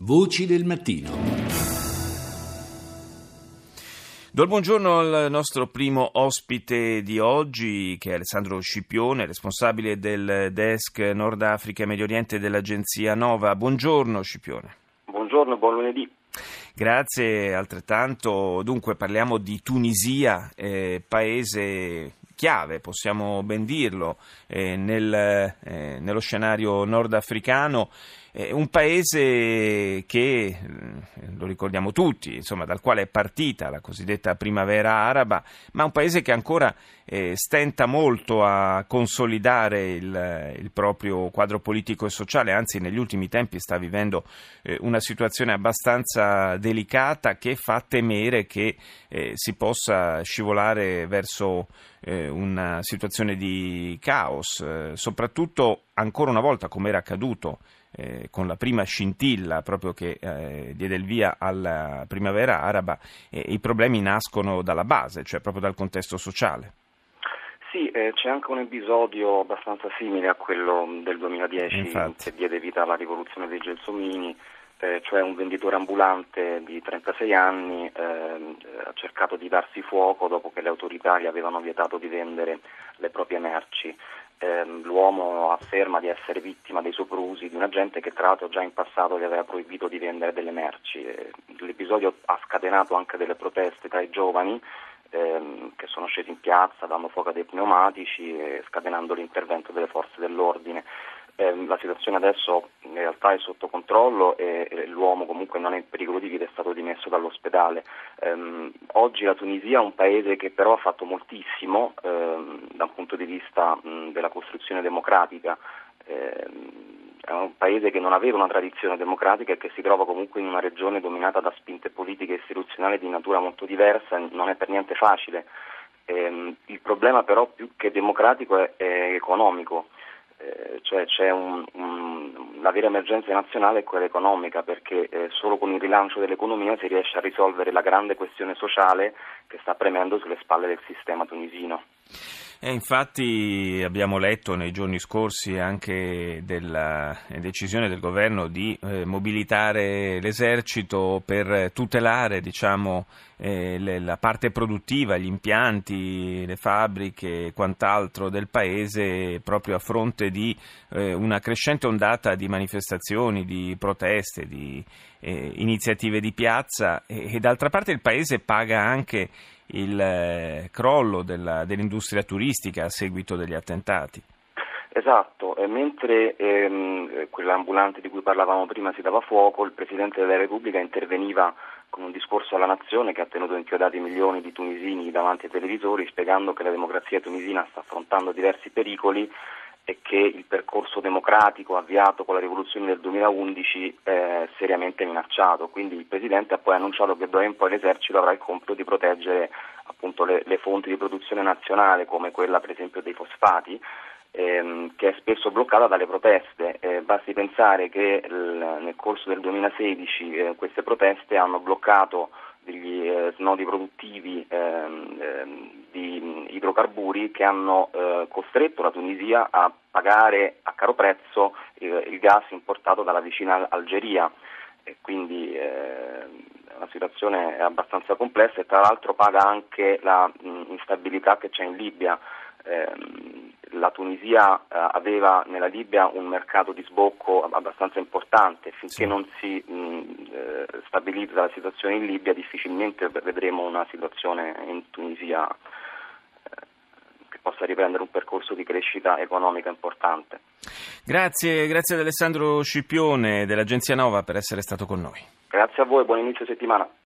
Voci del mattino. Do il buongiorno al nostro primo ospite di oggi, che è Alessandro Scipione, responsabile del desk Nord Africa e Medio Oriente dell'agenzia Nova. Buongiorno Scipione. Buongiorno e buon lunedì. Grazie altrettanto. Dunque parliamo di Tunisia, paese chiave, possiamo ben dirlo, nello scenario nordafricano. Un paese che, lo ricordiamo tutti, insomma, dal quale è partita la cosiddetta primavera araba, ma un paese che ancora stenta molto a consolidare il proprio quadro politico e sociale, anzi negli ultimi tempi sta vivendo una situazione abbastanza delicata che fa temere che si possa scivolare verso una situazione di caos, soprattutto ancora una volta, come era accaduto con la prima scintilla proprio che diede il via alla primavera araba, i problemi nascono dalla base, cioè proprio dal contesto sociale. Sì, c'è anche un episodio abbastanza simile a quello del 2010. Infatti, che diede vita alla rivoluzione dei Gelsomini, cioè un venditore ambulante di 36 anni ha cercato di darsi fuoco dopo che le autorità gli avevano vietato di vendere le proprie merci. L'uomo afferma di essere vittima dei soprusi di un agente che tra l'altro già in passato gli aveva proibito di vendere delle merci. L'episodio ha scatenato anche delle proteste tra i giovani che sono scesi in piazza dando fuoco a dei pneumatici e scatenando l'intervento delle forze dell'ordine. La situazione adesso in realtà è sotto controllo e l'uomo comunque non è in pericolo di vita, è stato dimesso dall'ospedale. Oggi la Tunisia è un paese che però ha fatto moltissimo da un punto di vista della costruzione democratica. È un paese che non aveva una tradizione democratica e che si trova comunque in una regione dominata da spinte politiche e istituzionali di natura molto diversa e non è per niente facile. Il problema però più che democratico è economico. Cioè c'è la vera emergenza nazionale è quella economica, perché solo con il rilancio dell'economia si riesce a risolvere la grande questione sociale che sta premendo sulle spalle del sistema tunisino. Infatti abbiamo letto nei giorni scorsi anche della decisione del governo di mobilitare l'esercito per tutelare, la parte produttiva, gli impianti, le fabbriche e quant'altro del paese, proprio a fronte di una crescente ondata di manifestazioni, di proteste, di iniziative di piazza e d'altra parte il paese paga anche il crollo dell'industria turistica a seguito degli attentati. Esatto, mentre quell'ambulante di cui parlavamo prima si dava fuoco, il Presidente della Repubblica interveniva con un discorso alla nazione che ha tenuto inchiodati milioni di tunisini davanti ai televisori, spiegando che la democrazia tunisina sta affrontando diversi pericoli e che il percorso democratico avviato con la rivoluzione del 2011 è seriamente minacciato. Quindi il Presidente ha poi annunciato che d'ora in poi l'esercito avrà il compito di proteggere appunto le fonti di produzione nazionale, come quella per esempio dei fosfati, che è spesso bloccata dalle proteste. Basti pensare che nel corso del 2016 queste proteste hanno bloccato degli snodi produttivi di idrocarburi che hanno costretto la Tunisia a pagare a caro prezzo il gas importato dalla vicina Algeria, e quindi la situazione è abbastanza complessa e tra l'altro paga anche la instabilità che c'è in Libia. La Tunisia aveva nella Libia un mercato di sbocco abbastanza importante. Finché non si stabilizza la situazione in Libia difficilmente vedremo una situazione in Tunisia che possa riprendere un percorso di crescita economica importante. Grazie ad Alessandro Scipione dell'agenzia Nova per essere stato con noi. Grazie a voi, buon inizio settimana.